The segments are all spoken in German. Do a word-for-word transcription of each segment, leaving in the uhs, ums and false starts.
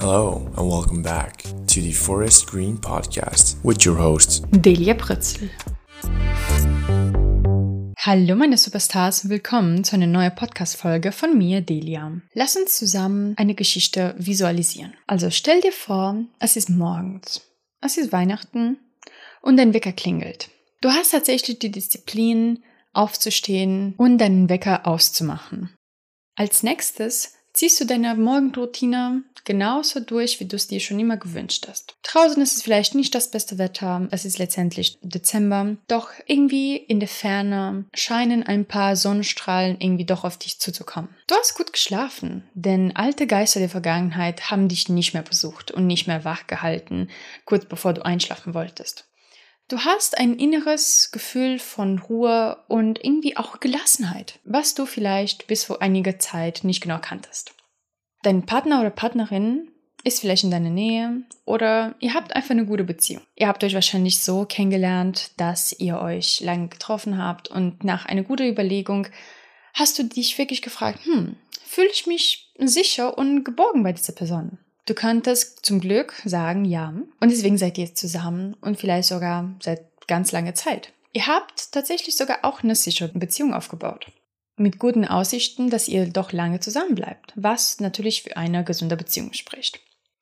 Hello and welcome back to the Forest Green Podcast with your host Delia Prötzl. Hallo meine Superstars und willkommen zu einer neuen Podcast-Folge von mir, Delia. Lass uns zusammen eine Geschichte visualisieren. Also stell dir vor, es ist morgens, es ist Weihnachten und dein Wecker klingelt. Du hast tatsächlich die Disziplin, aufzustehen und deinen Wecker auszumachen. Als nächstes ziehst du deine Morgenroutine genauso durch, wie du es dir schon immer gewünscht hast. Draußen ist es vielleicht nicht das beste Wetter, es ist letztendlich Dezember, doch irgendwie in der Ferne scheinen ein paar Sonnenstrahlen irgendwie doch auf dich zuzukommen. Du hast gut geschlafen, denn alte Geister der Vergangenheit haben dich nicht mehr besucht und nicht mehr wach gehalten, kurz bevor du einschlafen wolltest. Du hast ein inneres Gefühl von Ruhe und irgendwie auch Gelassenheit, was du vielleicht bis vor einiger Zeit nicht genau kanntest. Dein Partner oder Partnerin ist vielleicht in deiner Nähe oder ihr habt einfach eine gute Beziehung. Ihr habt euch wahrscheinlich so kennengelernt, dass ihr euch lange getroffen habt und nach einer guten Überlegung hast du dich wirklich gefragt, hm, fühle ich mich sicher und geborgen bei dieser Person? Du könntest zum Glück sagen, ja. Und deswegen seid ihr jetzt zusammen und vielleicht sogar seit ganz langer Zeit. Ihr habt tatsächlich sogar auch eine sichere Beziehung aufgebaut. Mit guten Aussichten, dass ihr doch lange zusammen bleibt, was natürlich für eine gesunde Beziehung spricht.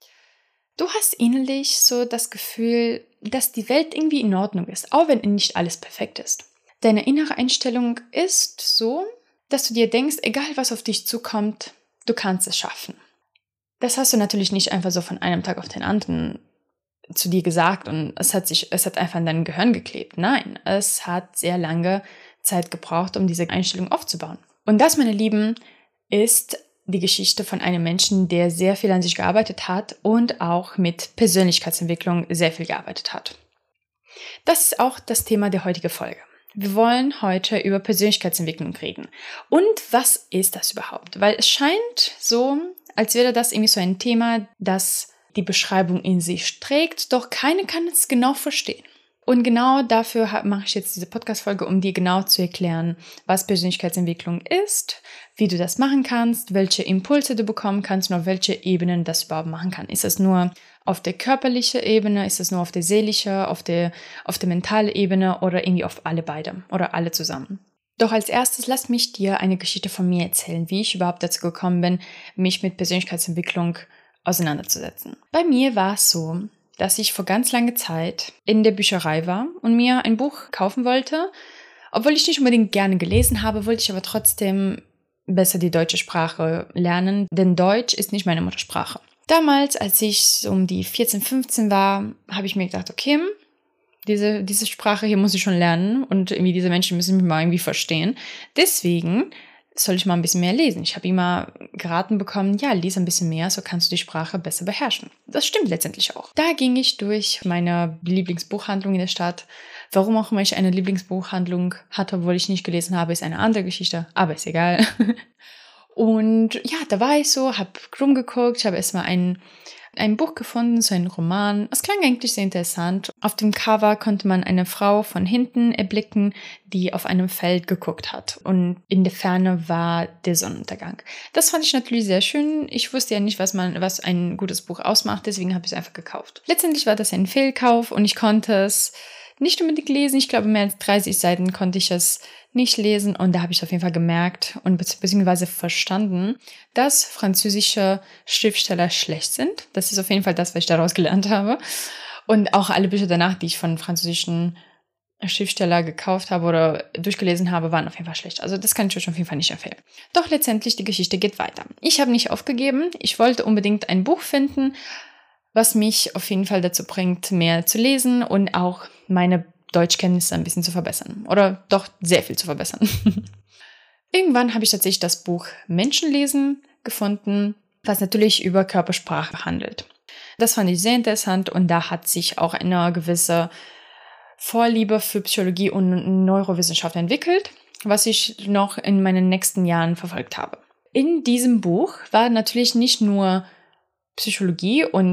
Du hast innerlich so das Gefühl, dass die Welt irgendwie in Ordnung ist, auch wenn nicht alles perfekt ist. Deine innere Einstellung ist so, dass du dir denkst, egal was auf dich zukommt, du kannst es schaffen. Das hast du natürlich nicht einfach so von einem Tag auf den anderen zu dir gesagt und es hat sich, es hat einfach an dein Gehirn geklebt. Nein, es hat sehr lange Zeit gebraucht, um diese Einstellung aufzubauen. Und das, meine Lieben, ist die Geschichte von einem Menschen, der sehr viel an sich gearbeitet hat und auch mit Persönlichkeitsentwicklung sehr viel gearbeitet hat. Das ist auch das Thema der heutigen Folge. Wir wollen heute über Persönlichkeitsentwicklung reden. Und was ist das überhaupt? Weil es scheint so, als wäre das irgendwie so ein Thema, das die Beschreibung in sich trägt, doch keiner kann es genau verstehen. Und genau dafür mache ich jetzt diese Podcast-Folge, um dir genau zu erklären, was Persönlichkeitsentwicklung ist, wie du das machen kannst, welche Impulse du bekommen kannst und auf welche Ebenen das überhaupt machen kann. Ist es nur auf der körperlichen Ebene, ist es nur auf der seelischen, auf der, auf der mentalen Ebene oder irgendwie auf alle beide oder alle zusammen? Doch als erstes lass mich dir eine Geschichte von mir erzählen, wie ich überhaupt dazu gekommen bin, mich mit Persönlichkeitsentwicklung auseinanderzusetzen. Bei mir war es so, dass ich vor ganz langer Zeit in der Bücherei war und mir ein Buch kaufen wollte. Obwohl ich nicht unbedingt gerne gelesen habe, wollte ich aber trotzdem besser die deutsche Sprache lernen, denn Deutsch ist nicht meine Muttersprache. Damals, als ich so um die vierzehn, fünfzehn war, habe ich mir gedacht, okay, Diese, diese Sprache hier muss ich schon lernen und irgendwie diese Menschen müssen mich mal irgendwie verstehen. Deswegen soll ich mal ein bisschen mehr lesen. Ich habe immer geraten bekommen, ja, lies ein bisschen mehr, so kannst du die Sprache besser beherrschen. Das stimmt letztendlich auch. Da ging ich durch meine Lieblingsbuchhandlung in der Stadt. Warum auch immer ich eine Lieblingsbuchhandlung hatte, obwohl ich nicht gelesen habe, ist eine andere Geschichte, aber ist egal. Und ja, da war ich so, habe rumgeguckt, ich habe erstmal einen ein Buch gefunden, so ein Roman. Es klang eigentlich sehr interessant. Auf dem Cover konnte man eine Frau von hinten erblicken, die auf einem Feld geguckt hat. Und in der Ferne war der Sonnenuntergang. Das fand ich natürlich sehr schön. Ich wusste ja nicht, was man, was ein gutes Buch ausmacht, deswegen habe ich es einfach gekauft. Letztendlich war das ein Fehlkauf und ich konnte es nicht unbedingt lesen. Ich glaube, mehr als dreißig Seiten konnte ich es nicht lesen und da habe ich auf jeden Fall gemerkt und beziehungsweise verstanden, dass französische Schriftsteller schlecht sind. Das ist auf jeden Fall das, was ich daraus gelernt habe. Und auch alle Bücher danach, die ich von französischen Schriftstellern gekauft habe oder durchgelesen habe, waren auf jeden Fall schlecht. Also das kann ich euch auf jeden Fall nicht empfehlen. Doch letztendlich, die Geschichte geht weiter. Ich habe nicht aufgegeben. Ich wollte unbedingt ein Buch finden, was mich auf jeden Fall dazu bringt, mehr zu lesen und auch meine Deutschkenntnisse ein bisschen zu verbessern. Oder doch sehr viel zu verbessern. Irgendwann habe ich tatsächlich das Buch Menschenlesen gefunden, was natürlich über Körpersprache handelt. Das fand ich sehr interessant und da hat sich auch eine gewisse Vorliebe für Psychologie und Neurowissenschaft entwickelt, was ich noch in meinen nächsten Jahren verfolgt habe. In diesem Buch war natürlich nicht nur Psychologie und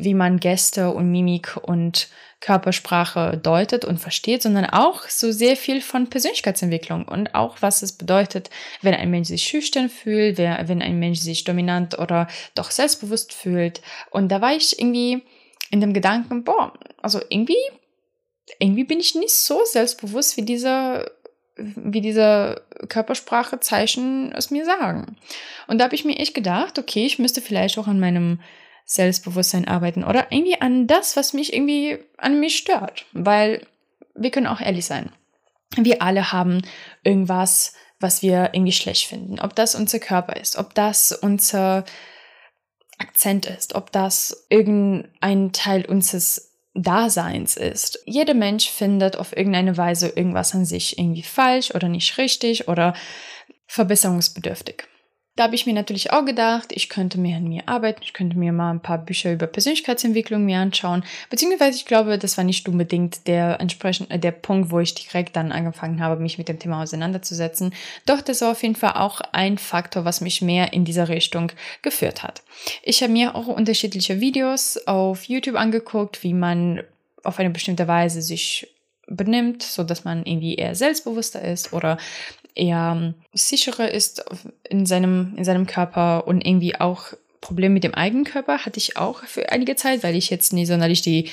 wie man Geste und Mimik und Körpersprache deutet und versteht, sondern auch so sehr viel von Persönlichkeitsentwicklung und auch, was es bedeutet, wenn ein Mensch sich schüchtern fühlt, wenn ein Mensch sich dominant oder doch selbstbewusst fühlt. Und da war ich irgendwie in dem Gedanken, boah, also irgendwie, irgendwie bin ich nicht so selbstbewusst, wie diese, wie diese Körpersprache, Zeichen es mir sagen. Und da habe ich mir echt gedacht, okay, ich müsste vielleicht auch an meinem Selbstbewusstsein arbeiten oder irgendwie an das, was mich irgendwie an mich stört. Weil wir können auch ehrlich sein. Wir alle haben irgendwas, was wir irgendwie schlecht finden. Ob das unser Körper ist, ob das unser Akzent ist, ob das irgendein Teil unseres Daseins ist. Jeder Mensch findet auf irgendeine Weise irgendwas an sich irgendwie falsch oder nicht richtig oder verbesserungsbedürftig. Da habe ich mir natürlich auch gedacht, ich könnte mehr an mir arbeiten, ich könnte mir mal ein paar Bücher über Persönlichkeitsentwicklung mir anschauen, beziehungsweise ich glaube, das war nicht unbedingt der entsprechende, der Punkt, wo ich direkt dann angefangen habe, mich mit dem Thema auseinanderzusetzen. Doch das war auf jeden Fall auch ein Faktor, was mich mehr in dieser Richtung geführt hat. Ich habe mir auch unterschiedliche Videos auf YouTube angeguckt, wie man auf eine bestimmte Weise sich benimmt, so dass man irgendwie eher selbstbewusster ist oder eher sicherer ist in seinem, in seinem Körper und irgendwie auch Probleme mit dem eigenen Körper hatte ich auch für einige Zeit, weil ich jetzt nicht sonderlich die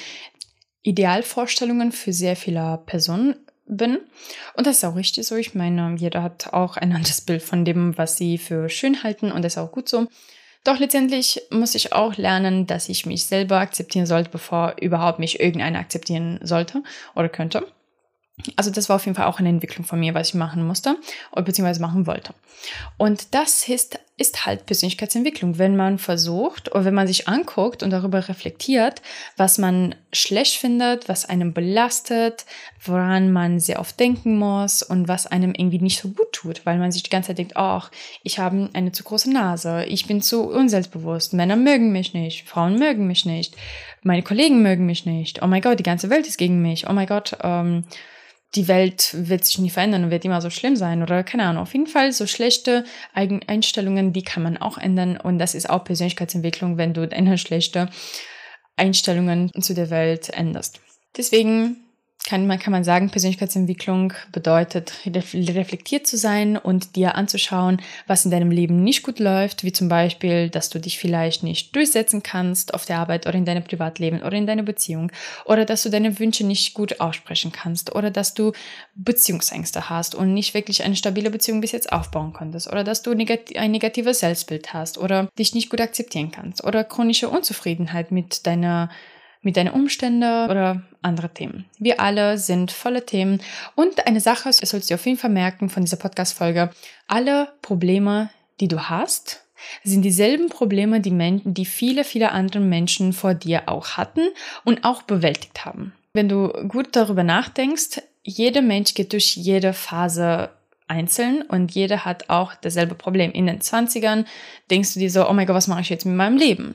Idealvorstellungen für sehr viele Personen bin. Und das ist auch richtig so. Ich meine, jeder hat auch ein anderes Bild von dem, was sie für schön halten und das ist auch gut so. Doch letztendlich muss ich auch lernen, dass ich mich selber akzeptieren sollte, bevor überhaupt mich irgendeiner akzeptieren sollte oder könnte. Also das war auf jeden Fall auch eine Entwicklung von mir, was ich machen musste oder beziehungsweise machen wollte. Und das ist, ist halt Persönlichkeitsentwicklung, wenn man versucht oder wenn man sich anguckt und darüber reflektiert, was man schlecht findet, was einem belastet, woran man sehr oft denken muss und was einem irgendwie nicht so gut tut, weil man sich die ganze Zeit denkt, ach, ich habe eine zu große Nase, ich bin zu unselbstbewusst, Männer mögen mich nicht, Frauen mögen mich nicht, meine Kollegen mögen mich nicht, oh mein Gott, die ganze Welt ist gegen mich, oh mein Gott, ähm, die Welt wird sich nie verändern und wird immer so schlimm sein oder keine Ahnung. Auf jeden Fall so schlechte Einstellungen, die kann man auch ändern und das ist auch Persönlichkeitsentwicklung, wenn du deine schlechte Einstellungen zu der Welt änderst. Deswegen kann man, kann man sagen, Persönlichkeitsentwicklung bedeutet, reflektiert zu sein und dir anzuschauen, was in deinem Leben nicht gut läuft, wie zum Beispiel, dass du dich vielleicht nicht durchsetzen kannst auf der Arbeit oder in deinem Privatleben oder in deiner Beziehung oder dass du deine Wünsche nicht gut aussprechen kannst oder dass du Beziehungsängste hast und nicht wirklich eine stabile Beziehung bis jetzt aufbauen konntest oder dass du negat- ein negatives Selbstbild hast oder dich nicht gut akzeptieren kannst oder chronische Unzufriedenheit mit deiner mit deinen Umständen oder andere Themen. Wir alle sind voller Themen und eine Sache, das sollst du auf jeden Fall merken von dieser Podcast-Folge, alle Probleme, die du hast, sind dieselben Probleme, die, Men- die viele, viele andere Menschen vor dir auch hatten und auch bewältigt haben. Wenn du gut darüber nachdenkst, jeder Mensch geht durch jede Phase einzeln und jeder hat auch dasselbe Problem. In den zwanzigern denkst du dir so, oh mein Gott, was mache ich jetzt mit meinem Leben?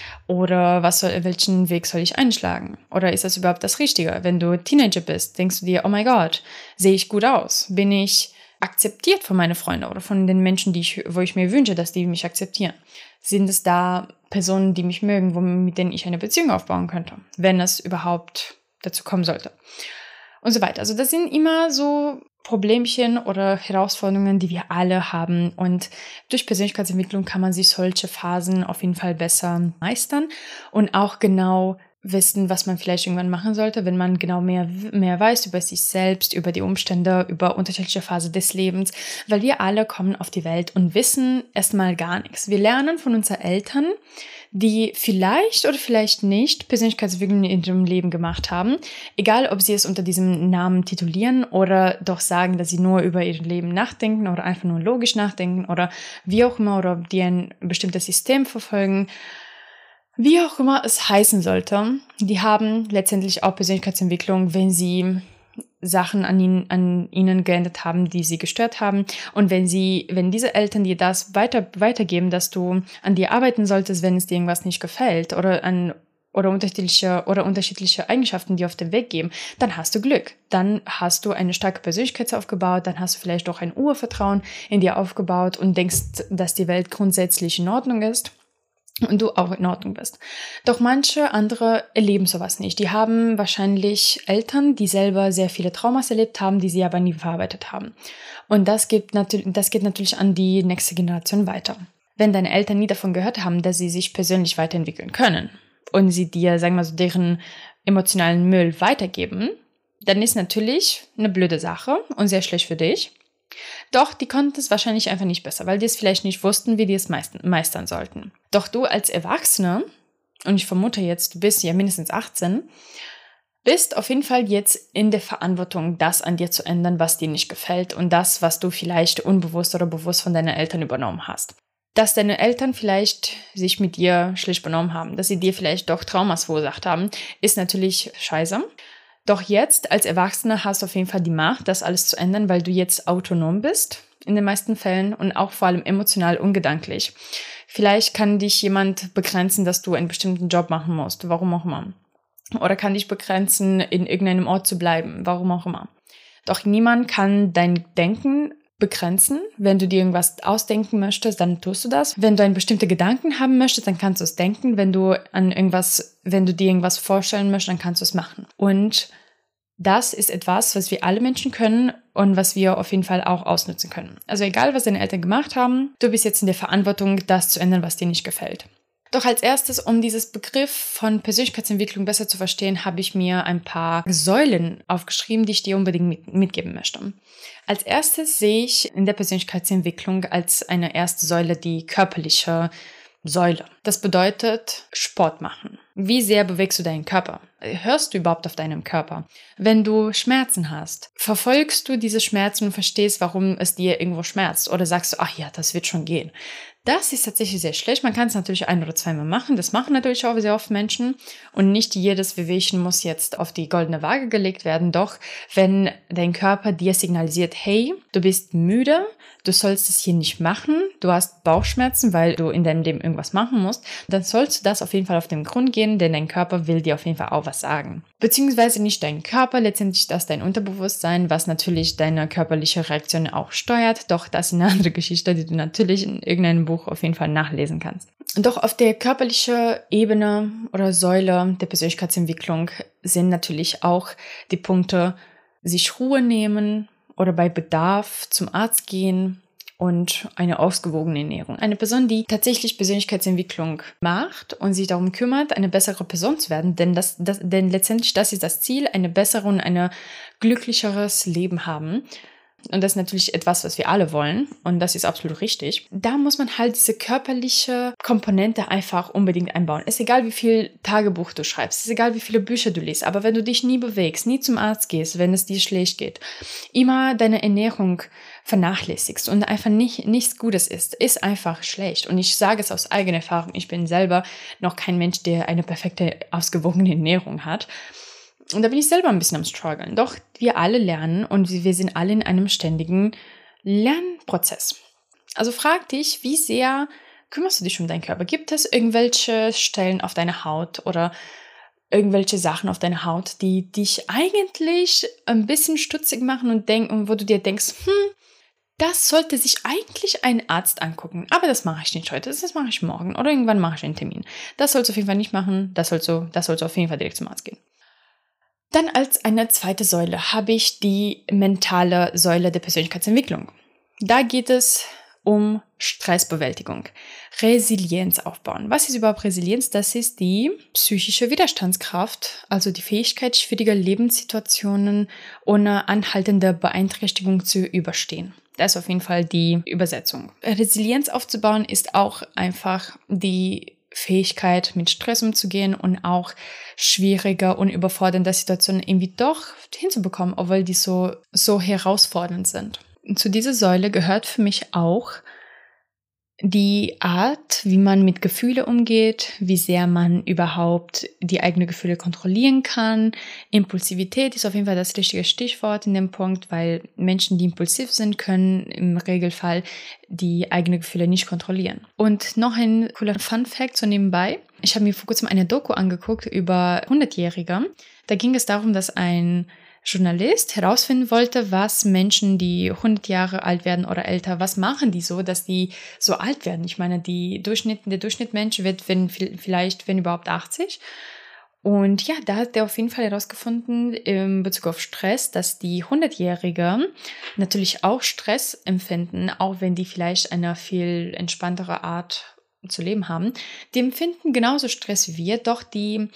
Oder was soll, welchen Weg soll ich einschlagen? Oder ist das überhaupt das Richtige? Wenn du Teenager bist, denkst du dir, oh mein Gott, sehe ich gut aus? Bin ich akzeptiert von meinen Freunden oder von den Menschen, die ich, wo ich mir wünsche, dass die mich akzeptieren? Sind es da Personen, die mich mögen, wo, mit denen ich eine Beziehung aufbauen könnte, wenn es überhaupt dazu kommen sollte? Und so weiter. Also das sind immer so Problemchen oder Herausforderungen, die wir alle haben. Und durch Persönlichkeitsentwicklung kann man sich solche Phasen auf jeden Fall besser meistern und auch genau wissen, was man vielleicht irgendwann machen sollte, wenn man genau mehr, mehr weiß über sich selbst, über die Umstände, über unterschiedliche Phasen des Lebens, weil wir alle kommen auf die Welt und wissen erstmal gar nichts. Wir lernen von unseren Eltern, die vielleicht oder vielleicht nicht Persönlichkeitsentwicklung in ihrem Leben gemacht haben, egal ob sie es unter diesem Namen titulieren oder doch sagen, dass sie nur über ihr Leben nachdenken oder einfach nur logisch nachdenken oder wie auch immer oder die ein bestimmtes System verfolgen. Wie auch immer es heißen sollte, die haben letztendlich auch Persönlichkeitsentwicklung, wenn sie Sachen an ihnen, an ihnen geändert haben, die sie gestört haben. Und wenn sie, wenn diese Eltern dir das weiter, weitergeben, dass du an dir arbeiten solltest, wenn es dir irgendwas nicht gefällt oder an oder unterschiedliche oder unterschiedliche Eigenschaften, die auf den Weg geben, dann hast du Glück. Dann hast du eine starke Persönlichkeit aufgebaut, dann hast du vielleicht auch ein Urvertrauen in dir aufgebaut und denkst, dass die Welt grundsätzlich in Ordnung ist. und du auch in Ordnung bist. Doch manche andere erleben sowas nicht. Die haben wahrscheinlich Eltern, die selber sehr viele Traumas erlebt haben, die sie aber nie verarbeitet haben. Und das geht natürlich, das geht natürlich an die nächste Generation weiter. Wenn deine Eltern nie davon gehört haben, dass sie sich persönlich weiterentwickeln können und sie dir, sagen wir so, deren emotionalen Müll weitergeben, dann ist natürlich eine blöde Sache und sehr schlecht für dich. Doch die konnten es wahrscheinlich einfach nicht besser, weil die es vielleicht nicht wussten, wie die es meistern sollten. Doch du als Erwachsene, und ich vermute jetzt, du bist ja mindestens achtzehn, bist auf jeden Fall jetzt in der Verantwortung, das an dir zu ändern, was dir nicht gefällt und das, was du vielleicht unbewusst oder bewusst von deinen Eltern übernommen hast. Dass deine Eltern vielleicht sich mit dir schlecht benommen haben, dass sie dir vielleicht doch Traumas verursacht haben, ist natürlich scheiße. Doch jetzt als Erwachsener hast du auf jeden Fall die Macht, das alles zu ändern, weil du jetzt autonom bist in den meisten Fällen und auch vor allem emotional ungedanklich. Vielleicht kann dich jemand begrenzen, dass du einen bestimmten Job machen musst, warum auch immer. Oder kann dich begrenzen, in irgendeinem Ort zu bleiben, warum auch immer. Doch niemand kann dein Denken begrenzen. Wenn du dir irgendwas ausdenken möchtest, dann tust du das. Wenn du einen bestimmten Gedanken haben möchtest, dann kannst du es denken. Wenn du an irgendwas, wenn du dir irgendwas vorstellen möchtest, dann kannst du es machen. Und das ist etwas, was wir alle Menschen können und was wir auf jeden Fall auch ausnutzen können. Also egal, was deine Eltern gemacht haben, du bist jetzt in der Verantwortung, das zu ändern, was dir nicht gefällt. Doch als erstes, um dieses Begriff von Persönlichkeitsentwicklung besser zu verstehen, habe ich mir ein paar Säulen aufgeschrieben, die ich dir unbedingt mit, mitgeben möchte. Als erstes sehe ich in der Persönlichkeitsentwicklung als eine erste Säule die körperliche Säule. Das bedeutet Sport machen. Wie sehr bewegst du deinen Körper? Hörst du überhaupt auf deinem Körper? Wenn du Schmerzen hast, verfolgst du diese Schmerzen und verstehst, warum es dir irgendwo schmerzt? Oder sagst du, ach ja, das wird schon gehen? Das ist tatsächlich sehr schlecht. Man kann es natürlich ein- oder zweimal machen. Das machen natürlich auch sehr oft Menschen. Und nicht jedes Wehwehchen muss jetzt auf die goldene Waage gelegt werden. Doch wenn dein Körper dir signalisiert, hey, du bist müde, du sollst es hier nicht machen, du hast Bauchschmerzen, weil du in deinem Leben irgendwas machen musst, dann sollst du das auf jeden Fall auf den Grund gehen, denn dein Körper will dir auf jeden Fall auch was sagen. Beziehungsweise nicht dein Körper, letztendlich das dein Unterbewusstsein, was natürlich deine körperliche Reaktion auch steuert. Doch das ist eine andere Geschichte, die du natürlich in irgendeinem Buch auf jeden Fall nachlesen kannst. Doch auf der körperlichen Ebene oder Säule der Persönlichkeitsentwicklung sind natürlich auch die Punkte, sich Ruhe nehmen oder bei Bedarf zum Arzt gehen und eine ausgewogene Ernährung. Eine Person, die tatsächlich Persönlichkeitsentwicklung macht und sich darum kümmert, eine bessere Person zu werden, denn, das, das, denn letztendlich das ist das Ziel, eine bessere und ein glücklicheres Leben haben. Und das ist natürlich etwas, was wir alle wollen. Und das ist absolut richtig. Da muss man halt diese körperliche Komponente einfach unbedingt einbauen. Es ist egal, wie viel Tagebuch du schreibst. Es ist egal, wie viele Bücher du liest. Aber wenn du dich nie bewegst, nie zum Arzt gehst, wenn es dir schlecht geht, immer deine Ernährung vernachlässigst und einfach nicht, nichts Gutes isst, ist einfach schlecht. Und ich sage es aus eigener Erfahrung. Ich bin selber noch kein Mensch, der eine perfekte, ausgewogene Ernährung hat. Und da bin ich selber ein bisschen am struggeln. Doch wir alle lernen und wir sind alle in einem ständigen Lernprozess. Also frag dich, wie sehr kümmerst du dich um deinen Körper? Gibt es irgendwelche Stellen auf deiner Haut oder irgendwelche Sachen auf deiner Haut, die dich eigentlich ein bisschen stutzig machen und denken, wo du dir denkst, hm, das sollte sich eigentlich ein Arzt angucken. Aber das mache ich nicht heute, das mache ich morgen oder irgendwann mache ich einen Termin. Das sollst du auf jeden Fall nicht machen, das sollst du, das sollst du auf jeden Fall direkt zum Arzt gehen. Dann als eine zweite Säule habe ich die mentale Säule der Persönlichkeitsentwicklung. Da geht es um Stressbewältigung, Resilienz aufbauen. Was ist überhaupt Resilienz? Das ist die psychische Widerstandskraft, also die Fähigkeit, schwierige Lebenssituationen ohne anhaltende Beeinträchtigung zu überstehen. Das ist auf jeden Fall die Übersetzung. Resilienz aufzubauen ist auch einfach die Fähigkeit, mit Stress umzugehen und auch schwierige und überfordernde Situationen irgendwie doch hinzubekommen, obwohl die so, so herausfordernd sind. Und zu dieser Säule gehört für mich auch die Art, wie man mit Gefühlen umgeht, wie sehr man überhaupt die eigenen Gefühle kontrollieren kann. Impulsivität ist auf jeden Fall das richtige Stichwort in dem Punkt, weil Menschen, die impulsiv sind, können im Regelfall die eigenen Gefühle nicht kontrollieren. Und noch ein cooler Fun-Fact so nebenbei. Ich habe mir vor kurzem eine Doku angeguckt über hundertjährige. Da ging es darum, dass ein Journalist herausfinden wollte, was Menschen, die hundert Jahre alt werden oder älter, was machen die so, dass die so alt werden. Ich meine, die Durchschnitt, der Durchschnittmensch wird wenn, vielleicht, wenn überhaupt, achtzig. Und ja, da hat er auf jeden Fall herausgefunden in Bezug auf Stress, dass die hundertjährigen natürlich auch Stress empfinden, auch wenn die vielleicht eine viel entspanntere Art zu leben haben. Die empfinden genauso Stress wie wir, doch die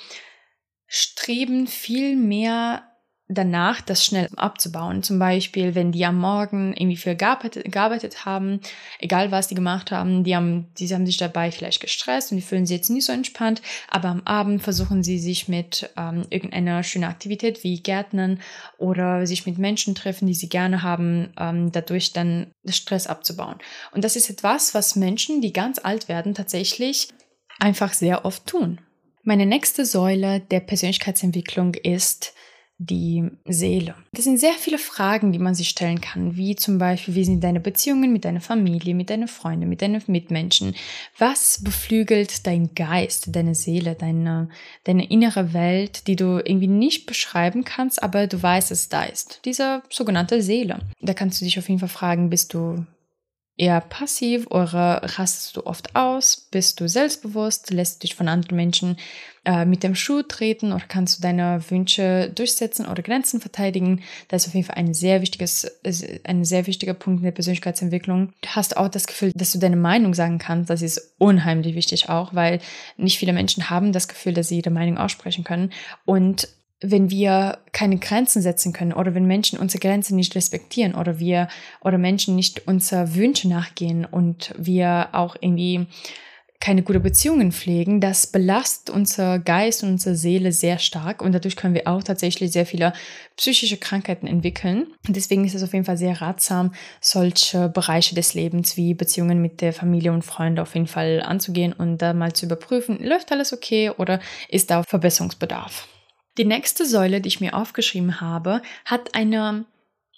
streben viel mehr danach, das schnell abzubauen. Zum Beispiel, wenn die am Morgen irgendwie viel gearbeitet, gearbeitet haben, egal was die gemacht haben, die haben, die haben sich dabei vielleicht gestresst und die fühlen sich jetzt nicht so entspannt, aber am Abend versuchen sie sich mit ähm, irgendeiner schönen Aktivität wie Gärtnern oder sich mit Menschen treffen, die sie gerne haben, ähm, dadurch dann Stress abzubauen. Und das ist etwas, was Menschen, die ganz alt werden, tatsächlich einfach sehr oft tun. Meine nächste Säule der Persönlichkeitsentwicklung ist die Seele. Das sind sehr viele Fragen, die man sich stellen kann, wie zum Beispiel, wie sind deine Beziehungen mit deiner Familie, mit deinen Freunden, mit deinen Mitmenschen? Was beflügelt dein Geist, deine Seele, deine, deine innere Welt, die du irgendwie nicht beschreiben kannst, aber du weißt, dass es da ist? Diese sogenannte Seele. Da kannst du dich auf jeden Fall fragen, bist du eher passiv oder rastest du oft aus? Bist du selbstbewusst? Lässt du dich von anderen Menschen äh, mit dem Schuh treten oder kannst du deine Wünsche durchsetzen oder Grenzen verteidigen? Das ist auf jeden Fall ein sehr wichtiges, ein sehr wichtiger Punkt in der Persönlichkeitsentwicklung. Du hast auch das Gefühl, dass du deine Meinung sagen kannst. Das ist unheimlich wichtig auch, weil nicht viele Menschen haben das Gefühl, dass sie ihre Meinung aussprechen können. Und wenn wir keine Grenzen setzen können oder wenn Menschen unsere Grenzen nicht respektieren oder wir oder Menschen nicht unsere Wünsche nachgehen und wir auch irgendwie keine guten Beziehungen pflegen, das belastet unser Geist und unsere Seele sehr stark und dadurch können wir auch tatsächlich sehr viele psychische Krankheiten entwickeln. Und deswegen ist es auf jeden Fall sehr ratsam, solche Bereiche des Lebens wie Beziehungen mit der Familie und Freunden auf jeden Fall anzugehen und da mal zu überprüfen, läuft alles okay oder ist da Verbesserungsbedarf. Die nächste Säule, die ich mir aufgeschrieben habe, hat eine,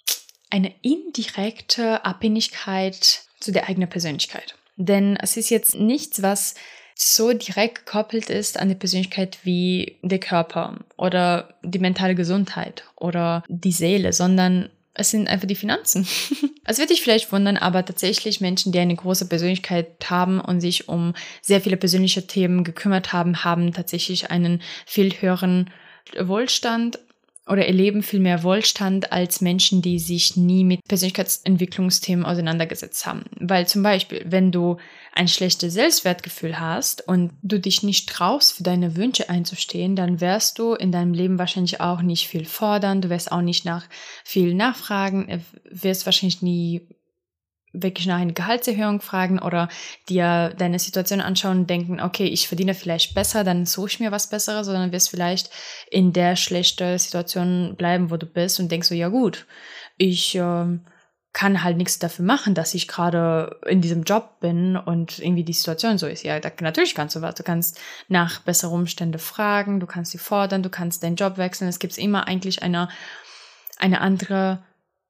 eine indirekte Abhängigkeit zu der eigenen Persönlichkeit. Denn es ist jetzt nichts, was so direkt gekoppelt ist an die Persönlichkeit wie der Körper oder die mentale Gesundheit oder die Seele, sondern es sind einfach die Finanzen. Es wird dich vielleicht wundern, aber tatsächlich Menschen, die eine große Persönlichkeit haben und sich um sehr viele persönliche Themen gekümmert haben, haben tatsächlich einen viel höheren Wohlstand oder erleben viel mehr Wohlstand als Menschen, die sich nie mit Persönlichkeitsentwicklungsthemen auseinandergesetzt haben. Weil zum Beispiel, wenn du ein schlechtes Selbstwertgefühl hast und du dich nicht traust, für deine Wünsche einzustehen, dann wirst du in deinem Leben wahrscheinlich auch nicht viel fordern, du wirst auch nicht nach viel nachfragen, wirst wahrscheinlich nie wirklich nach einer Gehaltserhöhung fragen oder dir deine Situation anschauen und denken, okay, ich verdiene vielleicht besser, dann suche ich mir was Besseres, sondern wirst vielleicht in der schlechten Situation bleiben, wo du bist und denkst so, ja gut, ich äh, kann halt nichts dafür machen, dass ich gerade in diesem Job bin und irgendwie die Situation so ist. Ja, da, natürlich kannst du was. Du kannst nach besseren Umständen fragen, du kannst sie fordern, du kannst deinen Job wechseln. Es gibt immer eigentlich eine, eine andere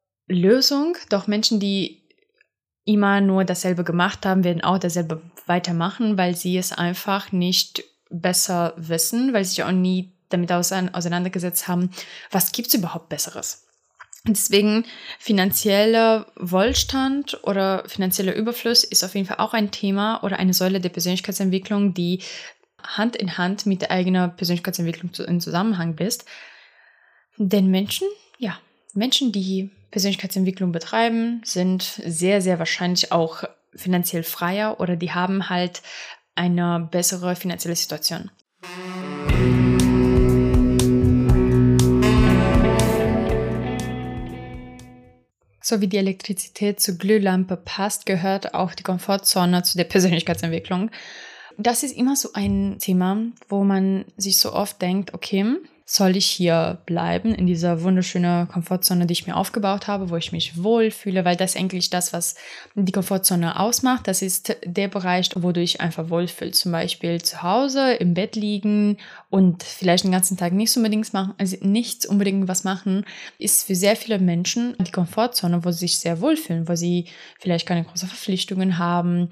Lösung. Doch Menschen, die immer nur dasselbe gemacht haben, werden auch dasselbe weitermachen, weil sie es einfach nicht besser wissen, weil sie sich auch nie damit auseinandergesetzt haben, was gibt es überhaupt Besseres. Deswegen finanzieller Wohlstand oder finanzieller Überfluss ist auf jeden Fall auch ein Thema oder eine Säule der Persönlichkeitsentwicklung, die Hand in Hand mit der eigenen Persönlichkeitsentwicklung in Zusammenhang ist. Denn Menschen, ja, Menschen, die Persönlichkeitsentwicklung betreiben, sind sehr, sehr wahrscheinlich auch finanziell freier oder die haben halt eine bessere finanzielle Situation. So wie die Elektrizität zur Glühlampe passt, gehört auch die Komfortzone zu der Persönlichkeitsentwicklung. Das ist immer so ein Thema, wo man sich so oft denkt, okay, soll ich hier bleiben in dieser wunderschönen Komfortzone, die ich mir aufgebaut habe, wo ich mich wohlfühle, weil das ist eigentlich das, was die Komfortzone ausmacht. Das ist der Bereich, wo du dich einfach wohlfühlst. Zum Beispiel zu Hause, im Bett liegen und vielleicht den ganzen Tag nichts unbedingt machen, also nichts unbedingt was machen, ist für sehr viele Menschen die Komfortzone, wo sie sich sehr wohlfühlen, wo sie vielleicht keine großen Verpflichtungen haben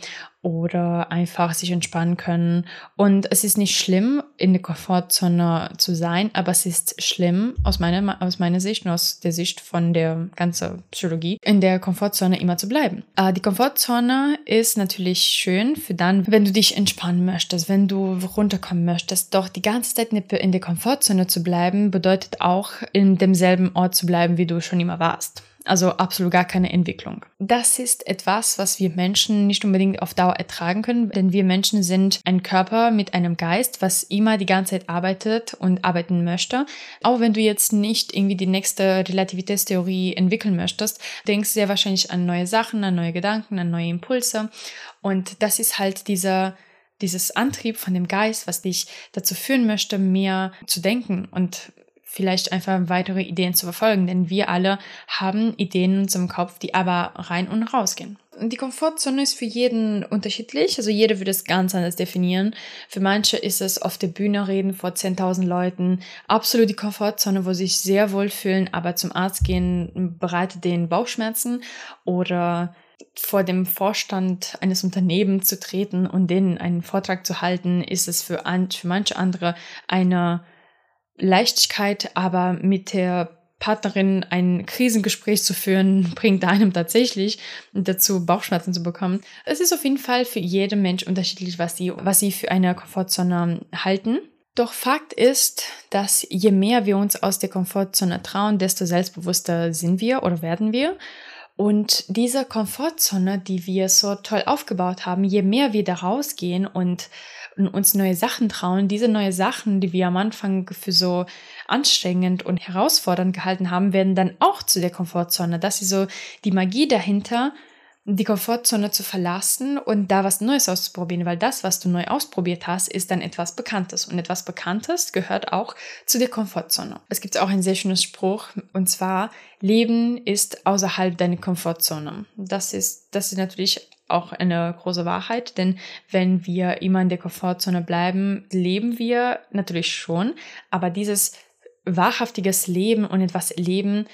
oder einfach sich entspannen können. Und es ist nicht schlimm, in der Komfortzone zu sein, aber es ist schlimm aus meiner, aus meiner Sicht und aus der Sicht von der ganzen Psychologie, in der Komfortzone immer zu bleiben. Äh, die Komfortzone ist natürlich schön für dann, wenn du dich entspannen möchtest, wenn du runterkommen möchtest. Doch die ganze Zeit in der Komfortzone zu bleiben, bedeutet auch, in demselben Ort zu bleiben, wie du schon immer warst. Also absolut gar keine Entwicklung. Das ist etwas, was wir Menschen nicht unbedingt auf Dauer ertragen können, denn wir Menschen sind ein Körper mit einem Geist, was immer die ganze Zeit arbeitet und arbeiten möchte. Auch wenn du jetzt nicht irgendwie die nächste Relativitätstheorie entwickeln möchtest, denkst du sehr wahrscheinlich an neue Sachen, an neue Gedanken, an neue Impulse. Und das ist halt dieser dieses Antrieb von dem Geist, was dich dazu führen möchte, mehr zu denken und vielleicht einfach weitere Ideen zu verfolgen, denn wir alle haben Ideen in unserem Kopf, die aber rein und rausgehen. Und die Komfortzone ist für jeden unterschiedlich, also jeder würde es ganz anders definieren. Für manche ist es auf der Bühne reden vor zehntausend Leuten, absolut die Komfortzone, wo sie sich sehr wohl fühlen, aber zum Arzt gehen bereitet denen Bauchschmerzen, oder vor dem Vorstand eines Unternehmens zu treten und denen einen Vortrag zu halten, ist es für, an, für manche andere eine Leichtigkeit, aber mit der Partnerin ein Krisengespräch zu führen, bringt einem tatsächlich dazu, Bauchschmerzen zu bekommen. Es ist auf jeden Fall für jeden Mensch unterschiedlich, was sie, was sie für eine Komfortzone halten. Doch Fakt ist, dass je mehr wir uns aus der Komfortzone trauen, desto selbstbewusster sind wir oder werden wir. Und diese Komfortzone, die wir so toll aufgebaut haben, je mehr wir da rausgehen und uns neue Sachen trauen, diese neue Sachen, die wir am Anfang für so anstrengend und herausfordernd gehalten haben, werden dann auch zu der Komfortzone. Das ist so die Magie dahinter, die Komfortzone zu verlassen und da was Neues auszuprobieren, weil das, was du neu ausprobiert hast, ist dann etwas Bekanntes und etwas Bekanntes gehört auch zu der Komfortzone. Es gibt auch einen sehr schönen Spruch, und zwar: Leben ist außerhalb deiner Komfortzone. Das ist, das ist natürlich auch eine große Wahrheit, denn wenn wir immer in der Komfortzone bleiben, leben wir natürlich schon, aber dieses wahrhaftiges Leben und etwas Leben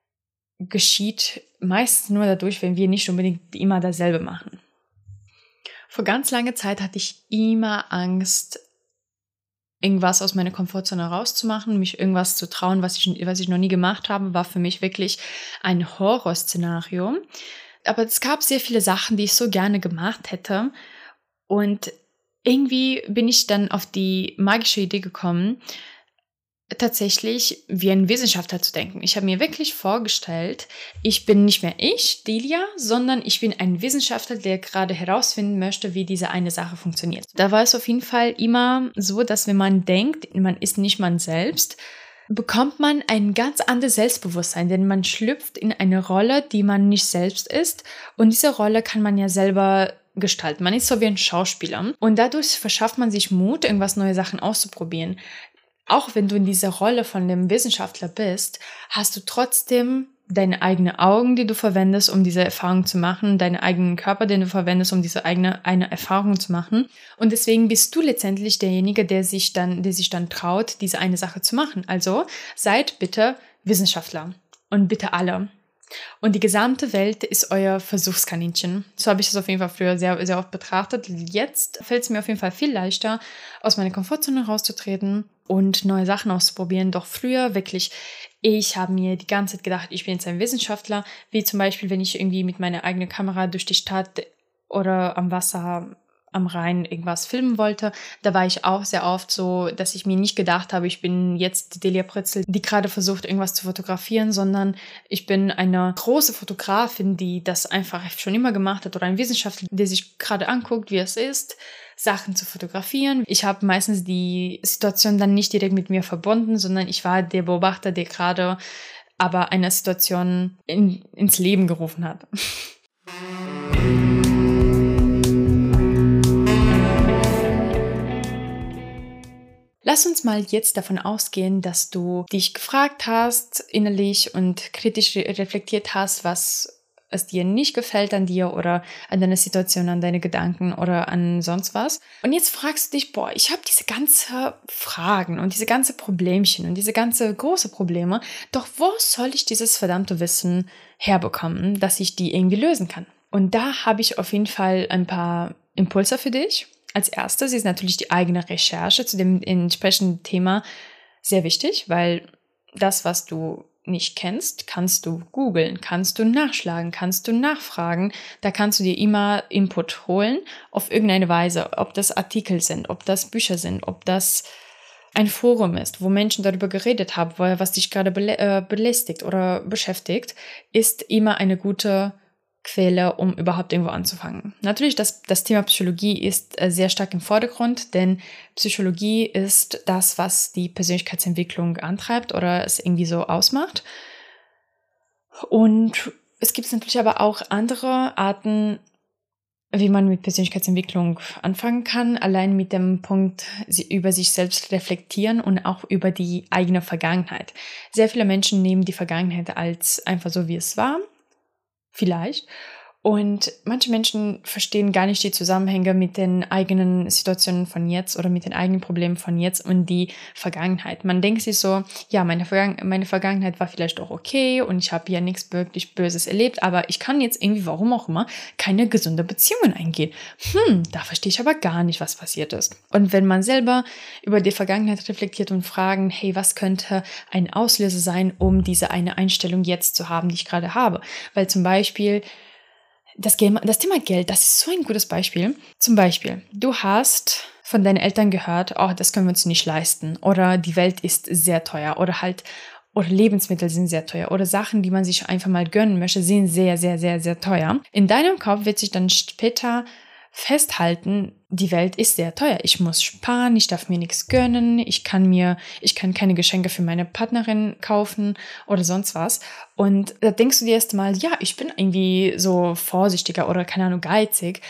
geschieht meist nur dadurch, wenn wir nicht unbedingt immer dasselbe machen. Vor ganz langer Zeit hatte ich immer Angst, irgendwas aus meiner Komfortzone rauszumachen, mich irgendwas zu trauen, was ich, was ich noch nie gemacht habe, war für mich wirklich ein Horrorszenario. Aber es gab sehr viele Sachen, die ich so gerne gemacht hätte. Und irgendwie bin ich dann auf die magische Idee gekommen, tatsächlich wie ein Wissenschaftler zu denken. Ich habe mir wirklich vorgestellt, ich bin nicht mehr ich, Delia, sondern ich bin ein Wissenschaftler, der gerade herausfinden möchte, wie diese eine Sache funktioniert. Da war es auf jeden Fall immer so, dass wenn man denkt, man ist nicht man selbst, bekommt man ein ganz anderes Selbstbewusstsein, denn man schlüpft in eine Rolle, die man nicht selbst ist, und diese Rolle kann man ja selber gestalten. Man ist so wie ein Schauspieler und dadurch verschafft man sich Mut, irgendwas neue Sachen auszuprobieren. Auch wenn du in dieser Rolle von dem Wissenschaftler bist, hast du trotzdem deine eigenen Augen, die du verwendest, um diese Erfahrung zu machen, deinen eigenen Körper, den du verwendest, um diese eigene eine Erfahrung zu machen. Und deswegen bist du letztendlich derjenige, der sich dann, der sich dann traut, diese eine Sache zu machen. Also seid bitte Wissenschaftler und bitte alle. Und die gesamte Welt ist euer Versuchskaninchen. So habe ich es auf jeden Fall früher sehr, sehr oft betrachtet. Jetzt fällt es mir auf jeden Fall viel leichter, aus meiner Komfortzone rauszutreten und neue Sachen auszuprobieren. Doch früher wirklich, ich habe mir die ganze Zeit gedacht, ich bin jetzt ein Wissenschaftler, wie zum Beispiel, wenn ich irgendwie mit meiner eigenen Kamera durch die Stadt oder am Wasser, am Rhein irgendwas filmen wollte. Da war ich auch sehr oft so, dass ich mir nicht gedacht habe, ich bin jetzt die Delia Pritzl, die gerade versucht, irgendwas zu fotografieren, sondern ich bin eine große Fotografin, die das einfach schon immer gemacht hat, oder ein Wissenschaftler, der sich gerade anguckt, wie es ist, Sachen zu fotografieren. Ich habe meistens die Situation dann nicht direkt mit mir verbunden, sondern ich war der Beobachter, der gerade aber eine Situation in, ins Leben gerufen hat. Lass uns mal jetzt davon ausgehen, dass du dich gefragt hast innerlich und kritisch reflektiert hast, was es dir nicht gefällt an dir oder an deiner Situation, an deine Gedanken oder an sonst was. Und jetzt fragst du dich, boah, ich habe diese ganzen Fragen und diese ganzen Problemchen und diese ganzen große Probleme, doch wo soll ich dieses verdammte Wissen herbekommen, dass ich die irgendwie lösen kann? Und da habe ich auf jeden Fall ein paar Impulse für dich. Als erstes ist natürlich die eigene Recherche zu dem entsprechenden Thema sehr wichtig, weil das, was du nicht kennst, kannst du googeln, kannst du nachschlagen, kannst du nachfragen. Da kannst du dir immer Input holen auf irgendeine Weise, ob das Artikel sind, ob das Bücher sind, ob das ein Forum ist, wo Menschen darüber geredet haben, was dich gerade belä- äh, belästigt oder beschäftigt, ist immer eine gute Quelle, um überhaupt irgendwo anzufangen. Natürlich, das, das Thema Psychologie ist äh, sehr stark im Vordergrund, denn Psychologie ist das, was die Persönlichkeitsentwicklung antreibt oder es irgendwie so ausmacht. Und es gibt natürlich aber auch andere Arten, wie man mit Persönlichkeitsentwicklung anfangen kann, allein mit dem Punkt, sie über sich selbst reflektieren und auch über die eigene Vergangenheit. Sehr viele Menschen nehmen die Vergangenheit als einfach so, wie es war. Vielleicht. Und manche Menschen verstehen gar nicht die Zusammenhänge mit den eigenen Situationen von jetzt oder mit den eigenen Problemen von jetzt und die Vergangenheit. Man denkt sich so, ja, meine, Vergangen- meine Vergangenheit war vielleicht auch okay und ich habe ja nichts wirklich Böses erlebt, aber ich kann jetzt irgendwie, warum auch immer, keine gesunde Beziehungen eingehen. Hm, da verstehe ich aber gar nicht, was passiert ist. Und wenn man selber über die Vergangenheit reflektiert und fragen, hey, was könnte ein Auslöser sein, um diese eine Einstellung jetzt zu haben, die ich gerade habe? Weil zum Beispiel Das, das Thema Geld, das ist so ein gutes Beispiel. Zum Beispiel, du hast von deinen Eltern gehört, oh, das können wir uns nicht leisten. Oder die Welt ist sehr teuer. Oder halt, oder Lebensmittel sind sehr teuer. Oder Sachen, die man sich einfach mal gönnen möchte, sind sehr, sehr, sehr, sehr teuer. In deinem Kopf wird sich dann später festhalten, die Welt ist sehr teuer. Ich muss sparen, ich darf mir nichts gönnen, ich kann mir, ich kann keine Geschenke für meine Partnerin kaufen oder sonst was. Und da denkst du dir erst mal, ja, ich bin irgendwie so vorsichtiger oder keine Ahnung, geizig.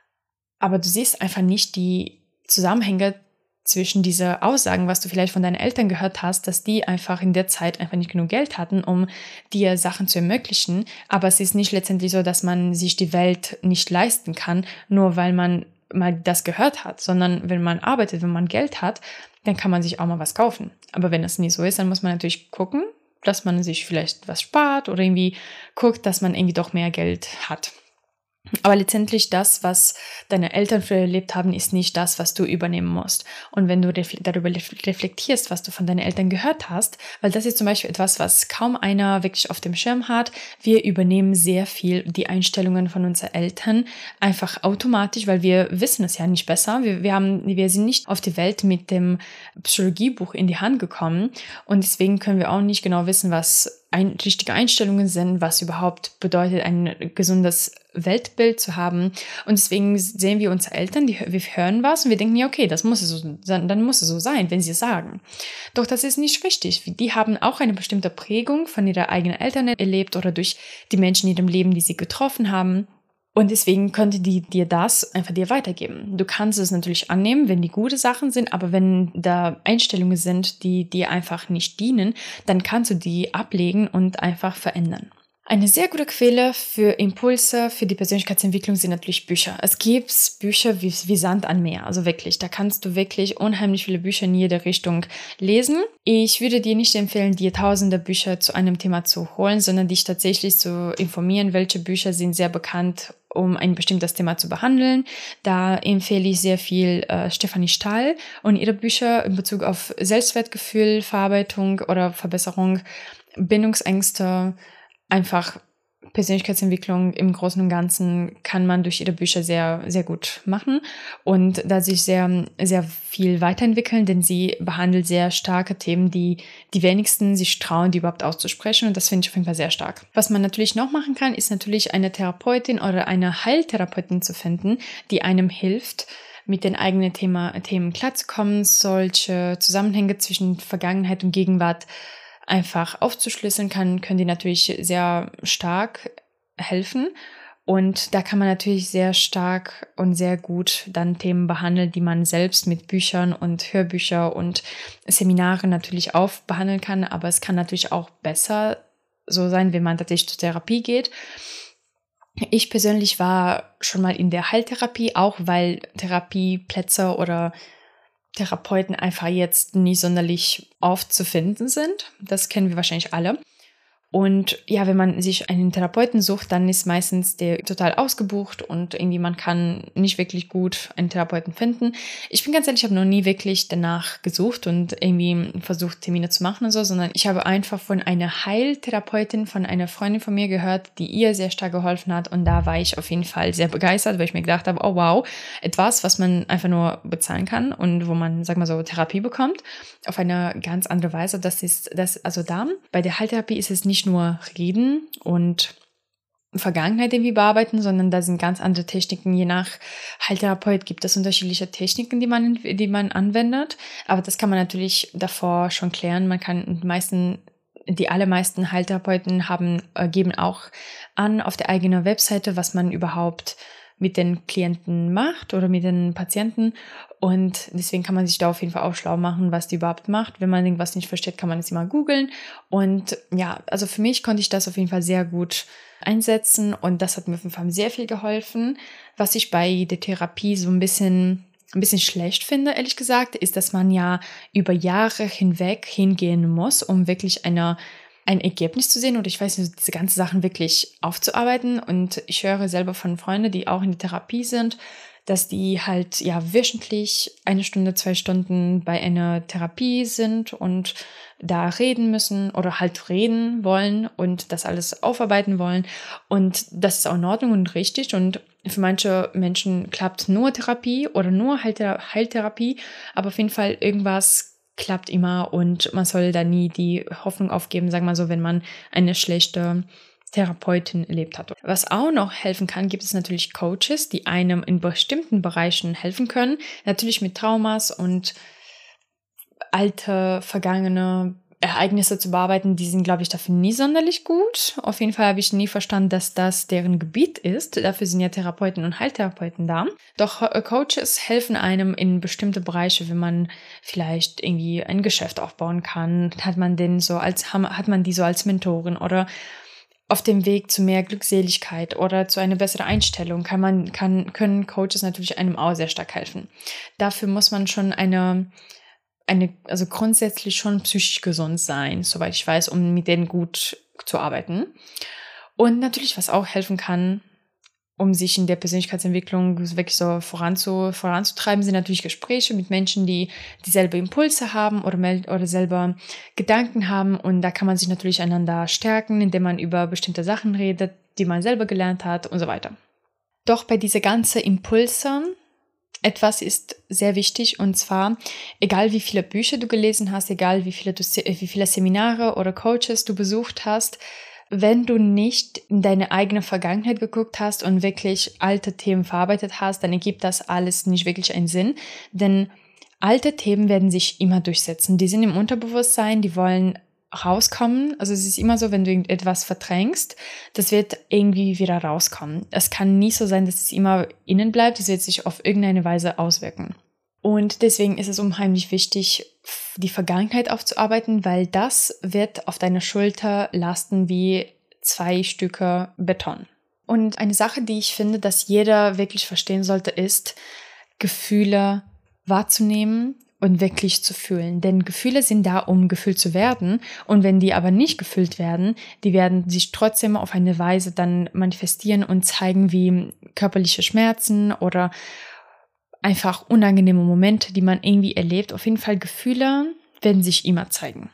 Aber du siehst einfach nicht die Zusammenhänge zwischen diese Aussagen, was du vielleicht von deinen Eltern gehört hast, dass die einfach in der Zeit einfach nicht genug Geld hatten, um dir Sachen zu ermöglichen. Aber es ist nicht letztendlich so, dass man sich die Welt nicht leisten kann, nur weil man mal das gehört hat, sondern wenn man arbeitet, wenn man Geld hat, dann kann man sich auch mal was kaufen. Aber wenn das nicht so ist, dann muss man natürlich gucken, dass man sich vielleicht was spart oder irgendwie guckt, dass man irgendwie doch mehr Geld hat. Aber letztendlich das, was deine Eltern früher erlebt haben, ist nicht das, was du übernehmen musst. Und wenn du refle- darüber reflektierst, was du von deinen Eltern gehört hast, weil das ist zum Beispiel etwas, was kaum einer wirklich auf dem Schirm hat. Wir übernehmen sehr viel die Einstellungen von unseren Eltern einfach automatisch, weil wir wissen es ja nicht besser. Wir, wir, haben, wir sind nicht auf die Welt mit dem Psychologiebuch in die Hand gekommen und deswegen können wir auch nicht genau wissen, was ein, richtige Einstellungen sind, was überhaupt bedeutet, ein gesundes Weltbild zu haben. Und deswegen sehen wir unsere Eltern, die, wir hören was und wir denken, ja, okay, das muss es so, dann muss es so sein, wenn sie es sagen. Doch das ist nicht richtig. Die haben auch eine bestimmte Prägung von ihrer eigenen Eltern erlebt oder durch die Menschen in ihrem Leben, die sie getroffen haben. Und deswegen könnte die dir das einfach dir weitergeben. Du kannst es natürlich annehmen, wenn die gute Sachen sind, aber wenn da Einstellungen sind, die dir einfach nicht dienen, dann kannst du die ablegen und einfach verändern. Eine sehr gute Quelle für Impulse für die Persönlichkeitsentwicklung sind natürlich Bücher. Es gibt Bücher wie, wie Sand am Meer, also wirklich, da kannst du wirklich unheimlich viele Bücher in jede Richtung lesen. Ich würde dir nicht empfehlen, dir tausende Bücher zu einem Thema zu holen, sondern dich tatsächlich zu informieren, welche Bücher sind sehr bekannt, um ein bestimmtes Thema zu behandeln. Da empfehle ich sehr viel äh, Stefanie Stahl und ihre Bücher in Bezug auf Selbstwertgefühl, Verarbeitung oder Verbesserung, Bindungsängste, einfach Persönlichkeitsentwicklung im Großen und Ganzen kann man durch ihre Bücher sehr, sehr gut machen und da sich sehr, sehr viel weiterentwickeln, denn sie behandelt sehr starke Themen, die die wenigsten sich trauen, die überhaupt auszusprechen und das finde ich auf jeden Fall sehr stark. Was man natürlich noch machen kann, ist natürlich eine Therapeutin oder eine Heiltherapeutin zu finden, die einem hilft, mit den eigenen Thema, Themen klarzukommen, solche Zusammenhänge zwischen Vergangenheit und Gegenwart einfach aufzuschlüsseln kann, können die natürlich sehr stark helfen. Und da kann man natürlich sehr stark und sehr gut dann Themen behandeln, die man selbst mit Büchern und Hörbücher und Seminaren natürlich auch behandeln kann. Aber es kann natürlich auch besser so sein, wenn man tatsächlich zur Therapie geht. Ich persönlich war schon mal in der Heiltherapie, auch weil Therapieplätze oder Therapeuten einfach jetzt nie sonderlich oft zu finden sind. Das kennen wir wahrscheinlich alle. Und ja, wenn man sich einen Therapeuten sucht, dann ist meistens der total ausgebucht und irgendwie man kann nicht wirklich gut einen Therapeuten finden. Ich bin ganz ehrlich, ich habe noch nie wirklich danach gesucht und irgendwie versucht, Termine zu machen und so, sondern ich habe einfach von einer Heiltherapeutin, von einer Freundin von mir gehört, die ihr sehr stark geholfen hat. Und da war ich auf jeden Fall sehr begeistert, weil ich mir gedacht habe, oh wow, etwas, was man einfach nur bezahlen kann und wo man, sag mal so, Therapie bekommt, auf eine ganz andere Weise. Das ist, das, also da, bei der Heiltherapie ist es nicht nur Reden und Vergangenheit irgendwie bearbeiten, sondern da sind ganz andere Techniken. Je nach Heiltherapeut gibt es unterschiedliche Techniken, die man, die man anwendet. Aber das kann man natürlich davor schon klären. Man kann die meisten, die allermeisten Heiltherapeuten haben, äh, geben auch an auf der eigenen Webseite, was man überhaupt mit den Klienten macht oder mit den Patienten. Und deswegen kann man sich da auf jeden Fall auch schlau machen, was die überhaupt macht. Wenn man irgendwas nicht versteht, kann man es immer googeln. Und ja, also für mich konnte ich das auf jeden Fall sehr gut einsetzen und das hat mir auf jeden Fall sehr viel geholfen. Was ich bei der Therapie so ein bisschen, ein bisschen schlecht finde, ehrlich gesagt, ist, dass man ja über Jahre hinweg hingehen muss, um wirklich eine ein Ergebnis zu sehen oder ich weiß nicht, diese ganzen Sachen wirklich aufzuarbeiten. Und ich höre selber von Freunden, die auch in der Therapie sind, dass die halt ja wöchentlich eine Stunde, zwei Stunden bei einer Therapie sind und da reden müssen oder halt reden wollen und das alles aufarbeiten wollen. Und das ist auch in Ordnung und richtig. Und für manche Menschen klappt nur Therapie oder nur Heiltherapie, aber auf jeden Fall irgendwas klappt immer und man soll da nie die Hoffnung aufgeben, sagen wir mal so, wenn man eine schlechte Therapeutin erlebt hat. Was auch noch helfen kann, gibt es natürlich Coaches, die einem in bestimmten Bereichen helfen können. Natürlich mit Traumas und alte, vergangene Ereignisse zu bearbeiten, die sind, glaube ich, dafür nie sonderlich gut. Auf jeden Fall habe ich nie verstanden, dass das deren Gebiet ist. Dafür sind ja Therapeuten und Heiltherapeuten da. Doch Coaches helfen einem in bestimmte Bereiche, wenn man vielleicht irgendwie ein Geschäft aufbauen kann. Hat man den so als, hat man die so als Mentorin oder auf dem Weg zu mehr Glückseligkeit oder zu einer besseren Einstellung kann man, kann, können Coaches natürlich einem auch sehr stark helfen. Dafür muss man schon eine Eine, also grundsätzlich schon psychisch gesund sein, soweit ich weiß, um mit denen gut zu arbeiten. Und natürlich, was auch helfen kann, um sich in der Persönlichkeitsentwicklung wirklich so voranzu, voranzutreiben, sind natürlich Gespräche mit Menschen, die dieselbe Impulse haben oder, oder selber Gedanken haben. Und da kann man sich natürlich einander stärken, indem man über bestimmte Sachen redet, die man selber gelernt hat und so weiter. Doch bei diese ganzen Impulse etwas ist sehr wichtig und zwar, egal wie viele Bücher du gelesen hast, egal wie viele, du, wie viele Seminare oder Coaches du besucht hast, wenn du nicht in deine eigene Vergangenheit geguckt hast und wirklich alte Themen verarbeitet hast, dann ergibt das alles nicht wirklich einen Sinn, denn alte Themen werden sich immer durchsetzen. Die sind im Unterbewusstsein, die wollen rauskommen. Also es ist immer so, wenn du etwas verdrängst, das wird irgendwie wieder rauskommen. Es kann nie so sein, dass es immer innen bleibt. Es wird sich auf irgendeine Weise auswirken. Und deswegen ist es unheimlich wichtig, die Vergangenheit aufzuarbeiten, weil das wird auf deiner Schulter lasten wie zwei Stücke Beton. Und eine Sache, die ich finde, dass jeder wirklich verstehen sollte, ist, Gefühle wahrzunehmen und wirklich zu fühlen. Denn Gefühle sind da, um gefühlt zu werden. Und wenn die aber nicht gefühlt werden, die werden sich trotzdem auf eine Weise dann manifestieren und zeigen wie körperliche Schmerzen oder einfach unangenehme Momente, die man irgendwie erlebt. Auf jeden Fall Gefühle werden sich immer zeigen.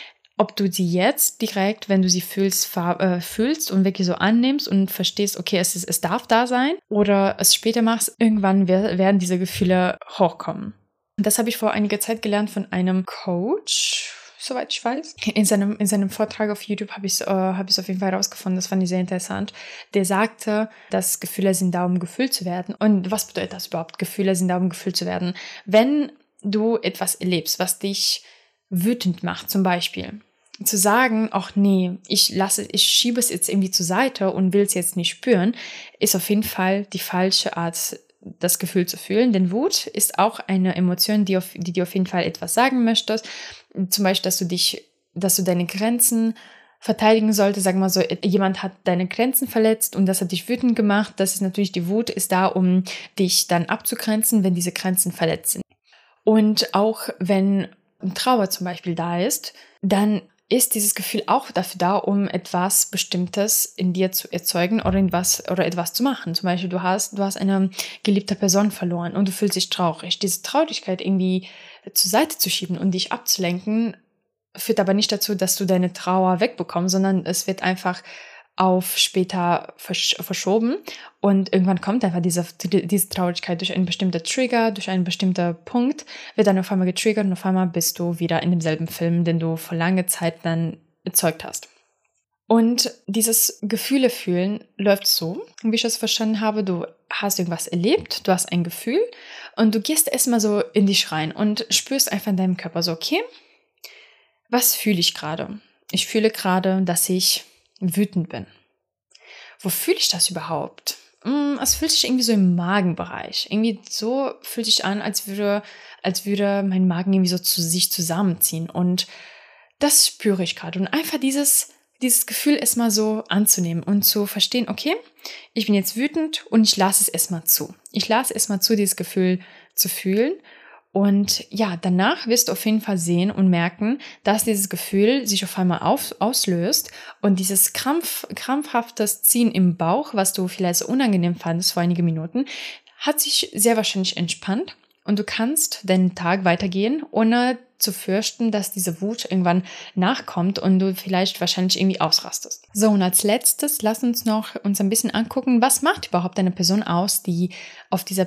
Ob du sie jetzt direkt, wenn du sie fühlst, äh, fühlst und wirklich so annimmst und verstehst, okay, es, ist, es darf da sein, oder es später machst, irgendwann werden diese Gefühle hochkommen. Das habe ich vor einiger Zeit gelernt von einem Coach, soweit ich weiß. In seinem, in seinem Vortrag auf YouTube habe ich es äh, hab auf jeden Fall herausgefunden, das fand ich sehr interessant. Der sagte, dass Gefühle sind da, um gefühlt zu werden. Und was bedeutet das überhaupt? Gefühle sind da, um gefühlt zu werden. Wenn du etwas erlebst, was dich wütend macht, zum Beispiel, zu sagen, ach nee, ich lasse, ich schiebe es jetzt irgendwie zur Seite und will es jetzt nicht spüren, ist auf jeden Fall die falsche Art, das Gefühl zu fühlen. Denn Wut ist auch eine Emotion, die, auf, die dir auf jeden Fall etwas sagen möchtest. Zum Beispiel, dass du dich, dass du deine Grenzen verteidigen solltest. Sag mal so, jemand hat deine Grenzen verletzt und das hat dich wütend gemacht. Das ist natürlich, die Wut ist da, um dich dann abzugrenzen, wenn diese Grenzen verletzt sind. Und auch wenn Trauer zum Beispiel da ist, dann ist dieses Gefühl auch dafür da, um etwas Bestimmtes in dir zu erzeugen oder, in was, oder etwas zu machen. Zum Beispiel, du hast, du hast eine geliebte Person verloren und du fühlst dich traurig. Diese Traurigkeit irgendwie zur Seite zu schieben und dich abzulenken, führt aber nicht dazu, dass du deine Trauer wegbekommst, sondern es wird einfach auf später versch- verschoben und irgendwann kommt einfach diese, diese Traurigkeit durch einen bestimmten Trigger, durch einen bestimmten Punkt, wird dann auf einmal getriggert und auf einmal bist du wieder in demselben Film, den du vor langer Zeit dann erzeugt hast. Und dieses Gefühle fühlen läuft so, wie ich es verstanden habe, du hast irgendwas erlebt, du hast ein Gefühl und du gehst erstmal so in dich rein und spürst einfach in deinem Körper so, okay, was fühle ich gerade? Ich fühle gerade, dass ich wütend bin. Wo fühle ich das überhaupt? Es fühlt sich irgendwie so im Magenbereich. Irgendwie so fühlt sich an, als würde, als würde mein Magen irgendwie so zu sich zusammenziehen. Und das spüre ich gerade. Und einfach dieses, dieses Gefühl erstmal so anzunehmen und zu verstehen, okay, ich bin jetzt wütend und ich lasse es erstmal zu. Ich lasse erstmal zu, dieses Gefühl zu fühlen. Und ja, danach wirst du auf jeden Fall sehen und merken, dass dieses Gefühl sich auf einmal auf, auslöst und dieses krampf, krampfhaftes Ziehen im Bauch, was du vielleicht so unangenehm fandest vor einigen Minuten, hat sich sehr wahrscheinlich entspannt und du kannst deinen Tag weitergehen, ohne zu fürchten, dass diese Wut irgendwann nachkommt und du vielleicht wahrscheinlich irgendwie ausrastest. So, und als letztes, lass uns noch uns ein bisschen angucken, was macht überhaupt eine Person aus, die auf dieser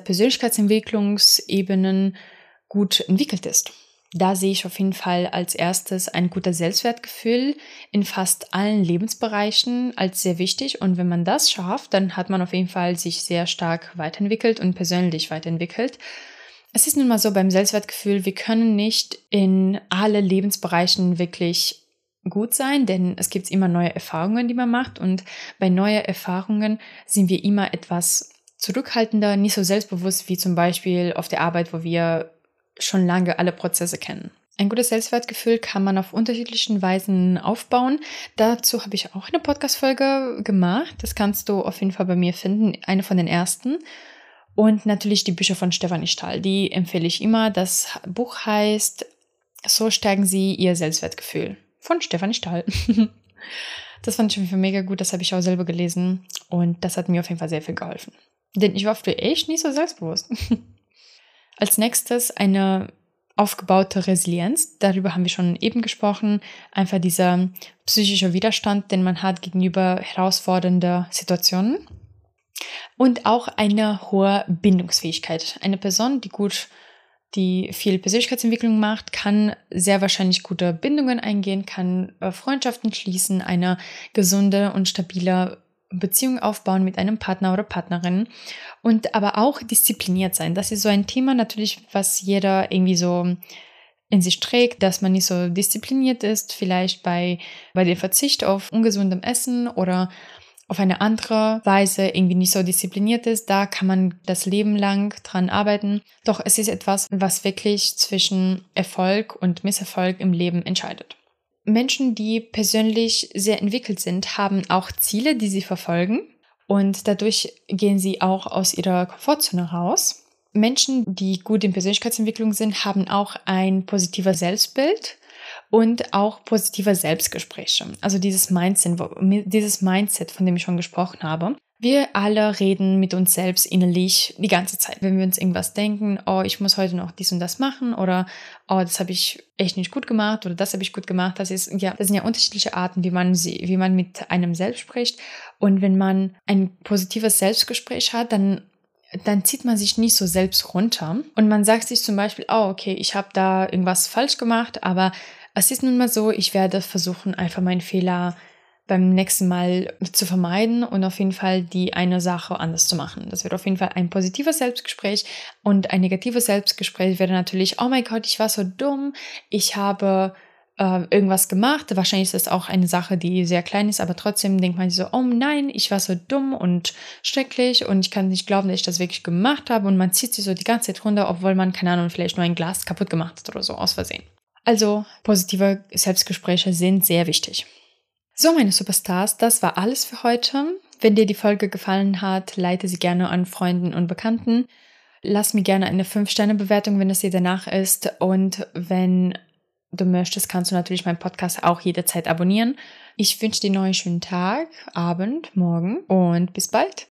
Persönlichkeitsentwicklungsebene gut entwickelt ist. Da sehe ich auf jeden Fall als erstes ein gutes Selbstwertgefühl in fast allen Lebensbereichen als sehr wichtig. Und wenn man das schafft, dann hat man auf jeden Fall sich sehr stark weiterentwickelt und persönlich weiterentwickelt. Es ist nun mal so beim Selbstwertgefühl, wir können nicht in alle Lebensbereichen wirklich gut sein, denn es gibt immer neue Erfahrungen, die man macht. Und bei neuen Erfahrungen sind wir immer etwas zurückhaltender, nicht so selbstbewusst wie zum Beispiel auf der Arbeit, wo wir schon lange alle Prozesse kennen. Ein gutes Selbstwertgefühl kann man auf unterschiedlichen Weisen aufbauen. Dazu habe ich auch eine Podcast-Folge gemacht. Das kannst du auf jeden Fall bei mir finden, eine von den ersten. Und natürlich die Bücher von Stefanie Stahl, die empfehle ich immer. Das Buch heißt So stärken Sie Ihr Selbstwertgefühl von Stefanie Stahl. Das fand ich auf jeden Fall mega gut, das habe ich auch selber gelesen und das hat mir auf jeden Fall sehr viel geholfen. Denn ich war früher echt nicht so selbstbewusst. Als nächstes eine aufgebaute Resilienz. Darüber haben wir schon eben gesprochen. Einfach dieser psychische Widerstand, den man hat gegenüber herausfordernden Situationen. Und auch eine hohe Bindungsfähigkeit. Eine Person, die gut, die viel Persönlichkeitsentwicklung macht, kann sehr wahrscheinlich gute Bindungen eingehen, kann Freundschaften schließen, eine gesunde und stabile Beziehung aufbauen mit einem Partner oder Partnerin und aber auch diszipliniert sein. Das ist so ein Thema natürlich, was jeder irgendwie so in sich trägt, dass man nicht so diszipliniert ist, vielleicht bei, bei dem Verzicht auf ungesundem Essen oder auf eine andere Weise irgendwie nicht so diszipliniert ist. Da kann man das Leben lang dran arbeiten. Doch es ist etwas, was wirklich zwischen Erfolg und Misserfolg im Leben entscheidet. Menschen, die persönlich sehr entwickelt sind, haben auch Ziele, die sie verfolgen und dadurch gehen sie auch aus ihrer Komfortzone raus. Menschen, die gut in Persönlichkeitsentwicklung sind, haben auch ein positives Selbstbild und auch positive Selbstgespräche. Also dieses Mindset, dieses Mindset, von dem ich schon gesprochen habe. Wir alle reden mit uns selbst innerlich die ganze Zeit. Wenn wir uns irgendwas denken, oh, ich muss heute noch dies und das machen oder oh, das habe ich echt nicht gut gemacht oder das habe ich gut gemacht. Das ist ja, das sind ja unterschiedliche Arten, wie man sie, wie man mit einem selbst spricht. Und wenn man ein positives Selbstgespräch hat, dann dann zieht man sich nicht so selbst runter und man sagt sich zum Beispiel, oh, okay, ich habe da irgendwas falsch gemacht, aber es ist nun mal so, ich werde versuchen, einfach meinen Fehler beim nächsten Mal zu vermeiden und auf jeden Fall die eine Sache anders zu machen. Das wird auf jeden Fall ein positives Selbstgespräch und ein negatives Selbstgespräch wäre natürlich, oh mein Gott, ich war so dumm, ich habe äh, irgendwas gemacht. Wahrscheinlich ist das auch eine Sache, die sehr klein ist, aber trotzdem denkt man sich so, oh nein, ich war so dumm und schrecklich und ich kann nicht glauben, dass ich das wirklich gemacht habe und man zieht sich so die ganze Zeit runter, obwohl man, keine Ahnung, vielleicht nur ein Glas kaputt gemacht hat oder so, aus Versehen. Also positive Selbstgespräche sind sehr wichtig. So, meine Superstars, das war alles für heute. Wenn dir die Folge gefallen hat, leite sie gerne an Freunden und Bekannten. Lass mir gerne eine fünf Sterne Bewertung, wenn es dir danach ist. Und wenn du möchtest, kannst du natürlich meinen Podcast auch jederzeit abonnieren. Ich wünsche dir noch einen schönen Tag, Abend, Morgen und bis bald.